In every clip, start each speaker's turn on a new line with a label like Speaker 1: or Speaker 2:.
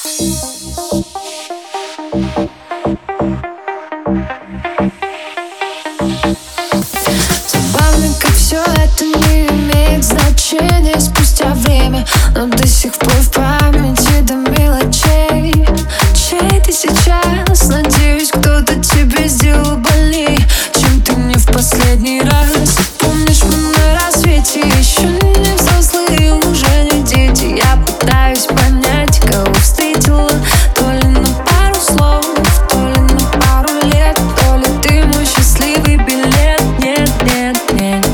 Speaker 1: Забавно, как все это не имеет значения спустя время, но до сих пор в памяти до мелочей. Чей ты сейчас? Надеюсь, кто-то тебе сделал больнее, чем ты мне в последний раз. Помнишь, мы на рассвете еще не взрослые, уже не дети. Я пытаюсь понять, кого встретила, то ли на пару слов, то ли на пару лет, то ли ты мой счастливый билет. Нет, нет, нет.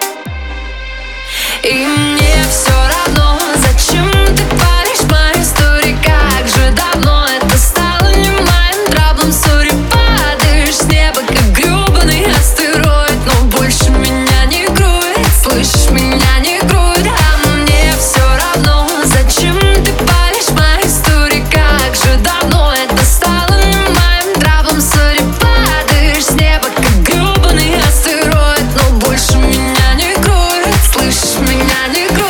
Speaker 1: И мне все равно, зачем ты палишь мои истории, как же давно это стало не моим траблом. Сори, падаешь с неба, как гребаный астероид, но больше меня не грует, слышишь, меня не грует. А мне все равно, зачем ты палишь мои истории, как же давно это стало не моим траблом. Сори, падаешь с неба, как гребаный астероид, но больше меня не грует, слышишь, меня не грует.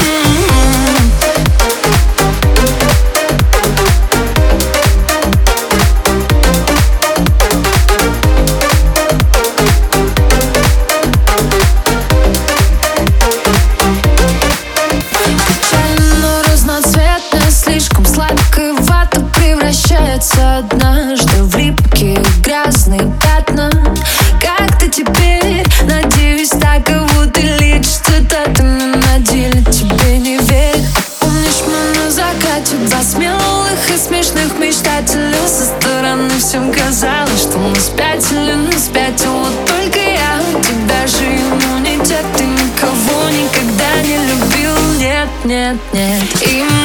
Speaker 1: Печально, но разноцветная, слишком сладкая вата превращается однажды в липкие грязные пятна. Как ты теперь? Надеюсь, так кого ты лечишь цитатами, на деле тебе не верят. А помнишь, мы на закате два смелых и смешных мечтателя? Со стороны всем казалось, что мы спятили, но спятила только я. У тебя же иммунитет, ты никого никогда не любил. Нет, нет, нет. И